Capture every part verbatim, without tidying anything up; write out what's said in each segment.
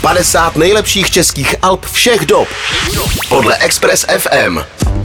padesát nejlepších českých alb všech dob podle Express F M.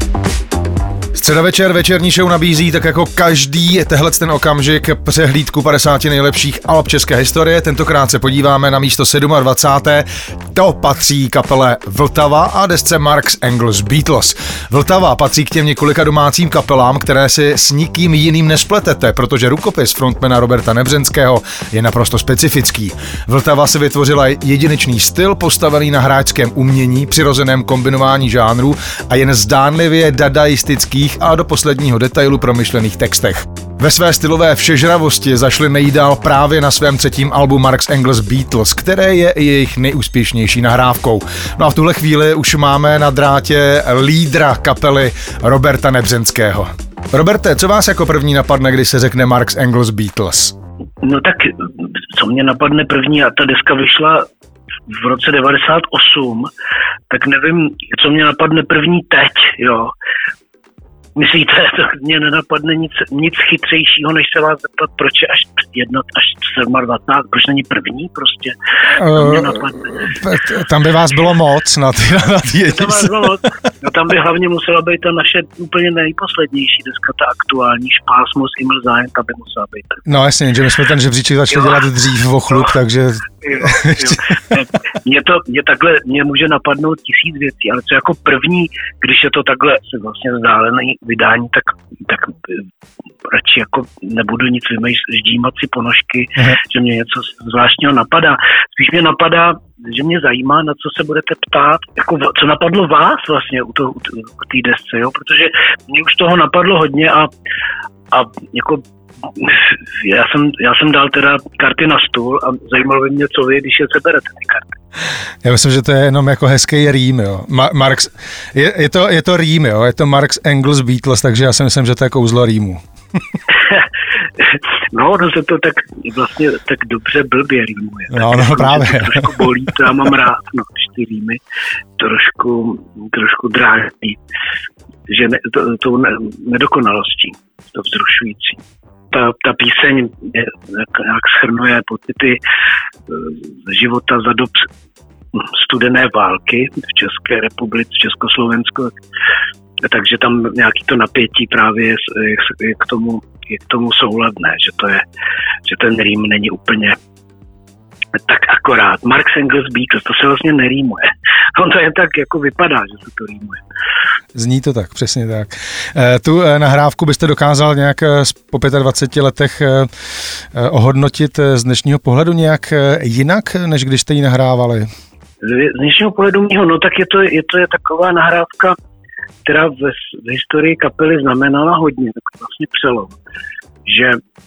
Středa večer, večerní show nabízí tak jako každý tehle ten okamžik přehlídku padesáti nejlepších alb české historie. Tentokrát se podíváme na místo dvacáté sedmé To patří kapele Vltava a desce Marx Engels Beatles. Vltava patří k těm několika domácím kapelám, které si s nikým jiným nespletete, protože rukopis frontmana Roberta Nebřenského je naprosto specifický. Vltava si vytvořila jedinečný styl postavený na hráčském umění, přirozeném kombinování žánrů a jen zdánlivě dadaistických a do posledního detailu promyšlených textech. Ve své stylové všežravosti zašli nejdál právě na svém třetím albu Marx Engels Beatles, které je i jejich nejúspěšnější nahrávkou. No a v tuhle chvíli už máme na drátě lídra kapely Roberta Nebřenského. Roberte, co vás jako první napadne, když se řekne Marx Engels Beatles? No tak, co mě napadne první, a ta deska vyšla v roce devadesát osm, tak nevím, co mě napadne první teď, jo. Myslíte, to mě nenapadne nic, nic chytřejšího, než se vás zeptat, proč je až jedno, až dvacátá sedmá, proč není první prostě? To mě napadne. Uh, tam by vás bylo moc na ty, na ty tam, by bylo moc. No, tam by hlavně musela být ta naše úplně nejposlednější deska, ta aktuální Špásmus Iml Zájem, ta by musela být. No jasně, že my jsme ten žebříček začali jo. dělat dřív v ochlup, no. takže... Jo, jo. Mě to, mě takhle, mě může napadnout tisíc věcí, ale co jako první, když je to takhle vlastně vzdálený vydání, tak, tak radši jako nebudu nic vymýšlet, ždímat si ponožky, Aha. že mě něco zvláštního napadá. Spíš mě napadá, že mě zajímá, na co se budete ptát, jako co napadlo vás vlastně u, toho, u té desce, jo? Protože mě už toho napadlo hodně a, a jako já jsem, já jsem dal teda karty na stůl a zajímalo by mě, co vy, když je seberete ty karty. Já myslím, že to je jenom jako hezký rým, jo. Ma- Marx, je, je, to, je to rým, jo, je to Marx Engels Beatles, takže já si myslím, že to je kouzlo rýmu. No, no se to tak vlastně tak dobře blbě rýmuje. No, no tak, právě. To trošku bolí, to já mám rád, no, čtyři rýmy, trošku, trošku dráží, že ne, to, to ne, nedokonalostí, to vzrušující. Ta, ta píseň je, jak, jak shrnuje pocity z života za dob studené války v České republice, v Československu, takže tam nějaký to napětí právě je, je, je, k, tomu, je k tomu souladné, že, to je, že ten rým není úplně tak akorát. Marx Engels Beatles, to se vlastně nerýmuje. On to jen tak jako vypadá, že se to rýmuje. Zní to tak, přesně tak. Tu nahrávku byste dokázal nějak po dvaceti pěti letech ohodnotit z dnešního pohledu nějak jinak, než když jste ji nahrávali? Z dnešního pohledu mýho, no tak je to, je to je taková nahrávka, která v, v historii kapely znamenala hodně, tak vlastně přelom. Že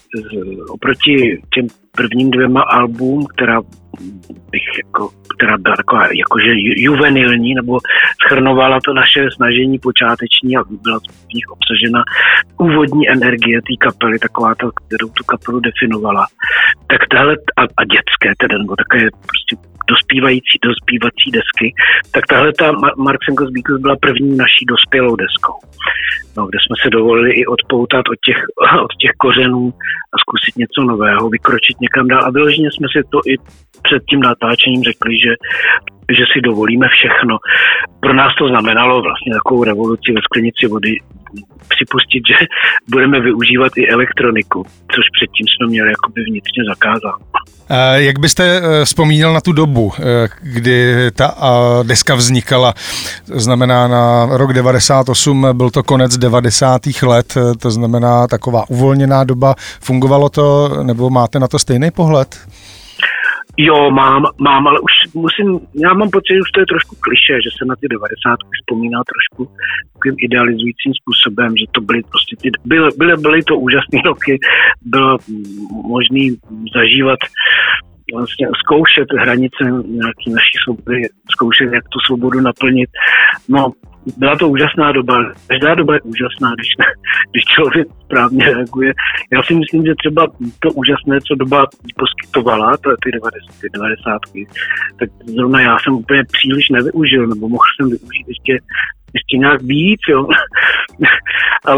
oproti těm prvním dvěma albům, která bych jako, která byla taková jakože juvenilní, nebo schrnovala to naše snažení počáteční a byla v nich obsažena úvodní energie té kapely, taková ta, kterou tu kapelu definovala. Tak tahle, a, a dětské tedy, nebo také prostě dospívající, dospívací desky, tak tahle ta Marx Engels Beatles byla první naší dospělou deskou. No, kde jsme se dovolili i odpoutat od těch, od těch kořenů a zkusit něco nového, vykročit někam dál. A vyloženě jsme si to i před tím natáčením řekli, že, že si dovolíme všechno. Pro nás to znamenalo vlastně takovou revoluci ve sklenici vody, připustit, že budeme využívat i elektroniku, což předtím jsme měli jakoby vnitřně zakázat. Jak byste vzpomínal na tu dobu, kdy ta deska vznikala, to znamená na rok devadesát osm, byl to konec devadesátých let, to znamená taková uvolněná doba, fungovalo to, nebo máte na to stejný pohled? Jo, mám, mám, ale už musím, já mám pocit, že už to je trošku klišé, že se na ty devadesátky vzpomíná trošku takovým idealizujícím způsobem, že to byly prostě ty, byly, byly, byly to úžasné roky, bylo možný zažívat, vlastně zkoušet hranice nějaký naší svobody, zkoušet, jak tu svobodu naplnit. No, byla to úžasná doba. Každá doba je úžasná, když, když člověk správně reaguje. Já si myslím, že třeba to úžasné, co doba poskytovala, to ty devadesátky, tak zrovna já jsem úplně příliš nevyužil, nebo mohl jsem využít ještě, ještě nějak víc, jo. Ale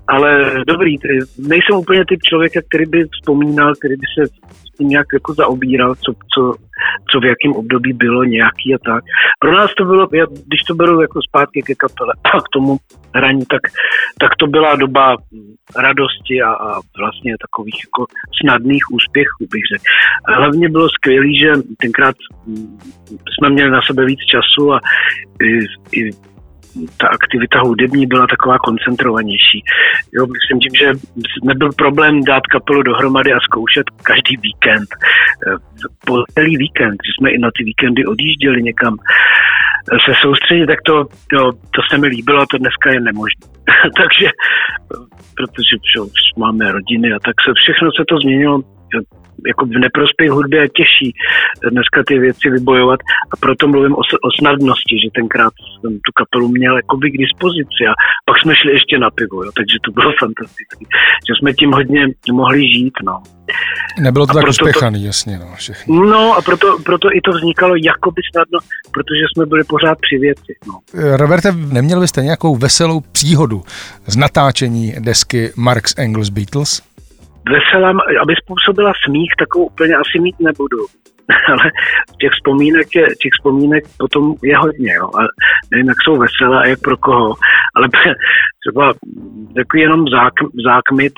ale dobrý, nejsem úplně typ člověka, který by vzpomínal, který by se s tím nějak jako zaobíral, co, co, co v jakém období bylo nějaký a tak. Pro nás to bylo, já, když to beru jako zpátky ke kapele a k tomu hraní, tak, tak to byla doba radosti a, a vlastně takových jako snadných úspěchů, bych řekl. A hlavně bylo skvělé, že tenkrát jsme měli na sebe víc času a i, i ta aktivita hudební byla taková koncentrovanější. Jo, myslím tím, že nebyl problém dát kapelu dohromady a zkoušet každý víkend. Po celý víkend, že jsme i na ty víkendy odjížděli někam se soustředit, tak to, to, to se mi líbilo a to dneska je nemožné. Takže, protože už máme rodiny a tak se všechno se to změnilo. Jako v neprospěch hudby je těžší dneska ty věci vybojovat a proto mluvím o, o snadnosti, že tenkrát jsem tu kapelu měl jakoby k dispozici a pak jsme šli ještě na pivo, jo, takže to bylo fantastické, že jsme tím hodně mohli žít, no. Nebylo to a tak uspěchaný, to, jasně, no, všechny. No a proto, proto i to vznikalo jakoby snadno, protože jsme byli pořád při věci, no. Roberte, neměl byste nějakou veselou příhodu z natáčení desky Marx Engels Beatles? Veselá, aby způsobila smích, takovou úplně asi mít nebudu. Ale těch vzpomínek, je, těch vzpomínek potom je hodně, jo. A nevím, jak jsou veselé a jak pro koho. Ale třeba takový jenom zák, zákmit,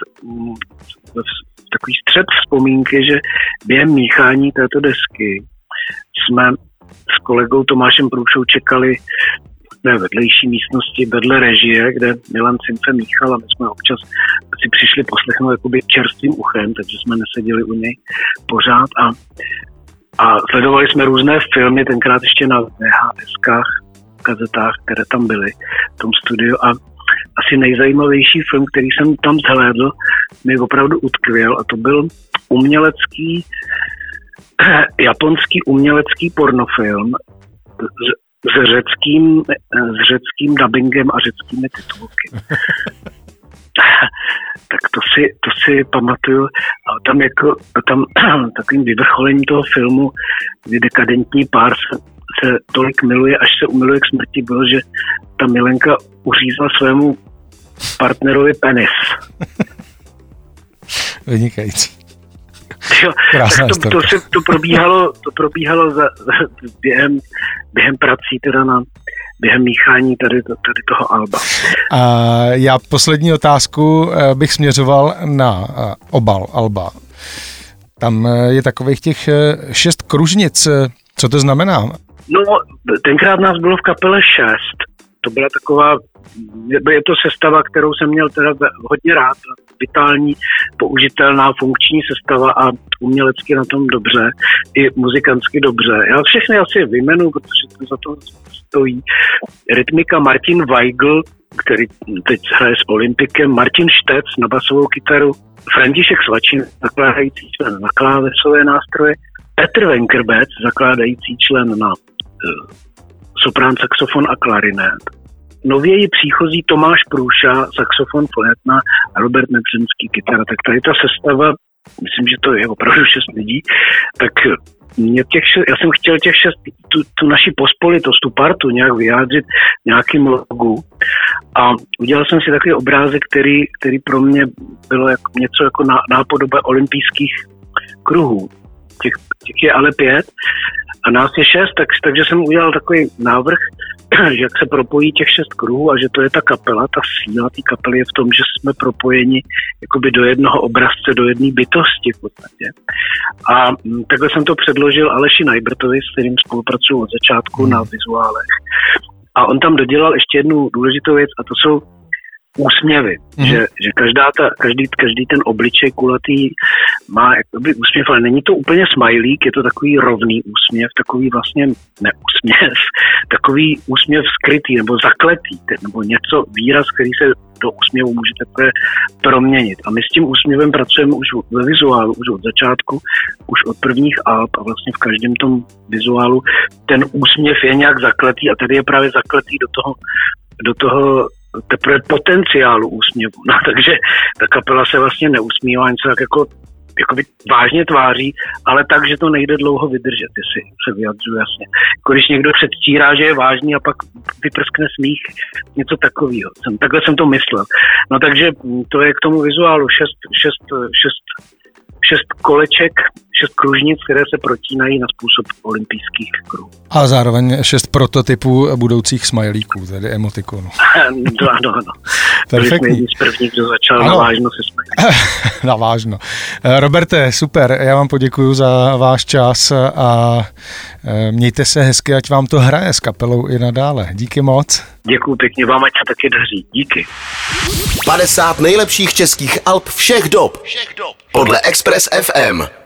takový střed vzpomínky, že během míchání této desky jsme s kolegou Tomášem Průšou čekali ve vedlejší místnosti vedle režie, kde Milan Cimfe míchal a my jsme občas si přišli poslechnout jakoby čerstvým uchem, takže jsme neseděli u něj pořád a, a sledovali jsme různé filmy, tenkrát ještě na V H S-kách, kazetách, které tam byly v tom studiu a asi nejzajímavější film, který jsem tam zhlédl, mi opravdu utkvěl a to byl umělecký, japonský umělecký pornofilm s řeckým, s řeckým dubbingem a řeckými titulky. Tak to si, to si pamatuju. A tam jako, tam takovým vyvrcholením toho filmu, kdy dekadentní pár se, se tolik miluje, až se umiluje k smrti, bylo, že ta milenka uřízla svému partnerovi penis. Vynikající. Jo, tak to, to, se, to probíhalo, to probíhalo za, za, během, během prací, teda na, během míchání tady, tady toho alba. A já poslední otázku bych směřoval na obal alba. Tam je takových těch šest kružnic. Co to znamená? No, tenkrát nás bylo v kapele šest. To byla taková, je to sestava, kterou jsem měl teda hodně rád, vitální, použitelná, funkční sestava a umělecky na tom dobře, i muzikantsky dobře. Já všechny asi vyjmenu, protože to za to stojí. Rytmika Martin Weigl, který teď hraje s Olympikem, Martin Štec na basovou kytaru, František Svačin, zakládající člen na klávesové nástroje, Petr Venkerbec, zakládající člen na uh, soprán, saxofon a klarinet. Nověji příchozí Tomáš Průša, saxofon, flétna a Robert Nepřemský, kytara. Tak tady ta sestava, myslím, že to je opravdu šest lidí, tak mě těch šest, já jsem chtěl těch šest, tu, tu naši pospolitost, tu partu nějak vyjádřit nějakým logu. A udělal jsem si takový obrázek, který, který pro mě bylo jako něco jako ná, nápodoba olympijských kruhů. Těch, těch je ale pět a nás je šest, tak, takže jsem udělal takový návrh, že jak se propojí těch šest kruhů a že to je ta kapela, ta síla té kapely je v tom, že jsme propojeni jakoby do jednoho obrazce, do jedné bytosti v podstatě. A takhle jsem to předložil Aleši Najbrtovi, s kterým spolupracuju od začátku hmm. na vizuálech. A on tam dodělal ještě jednu důležitou věc a to jsou úsměvy, mm. že, že každá ta, každý, každý ten obličej kulatý má jakoby úsměv, ale není to úplně smajlík, je to takový rovný úsměv, takový vlastně neúsměv, takový úsměv skrytý nebo zakletý, nebo něco, výraz, který se do úsměvu můžete proměnit. A my s tím úsměvem pracujeme už ve vizuálu, už od začátku, už od prvních alb a vlastně v každém tom vizuálu ten úsměv je nějak zakletý a tady je právě zakletý do toho, do toho teprve potenciálu úsměvu. No, takže ta kapela se vlastně neusmívá, něco tak jako jakoby vážně tváří, ale tak, že to nejde dlouho vydržet, jestli se vyjadřuji jasně. Jako když někdo předstírá, že je vážný a pak vyprskne smích, něco takového. Jsem, takhle jsem to myslel. No takže to je k tomu vizuálu šest, šest, šest, šest koleček, šest kružnic, které se protínají na způsob olympijských kruhů. A zároveň šest prototypů budoucích smajlíků, tedy emotikonů. No, ano, ano. Perfektní. Byli jsme z prvních, kdo začal ano. navážno se smajlíky. Navážno. Roberte, super, já vám poděkuju za váš čas a mějte se hezky, ať vám to hraje s kapelou i nadále. Díky moc. Děkuju pěkně, vám ať se taky daří. Díky. padesát nejlepších českých alb všech dob. Všech dob. Podle Express ef em.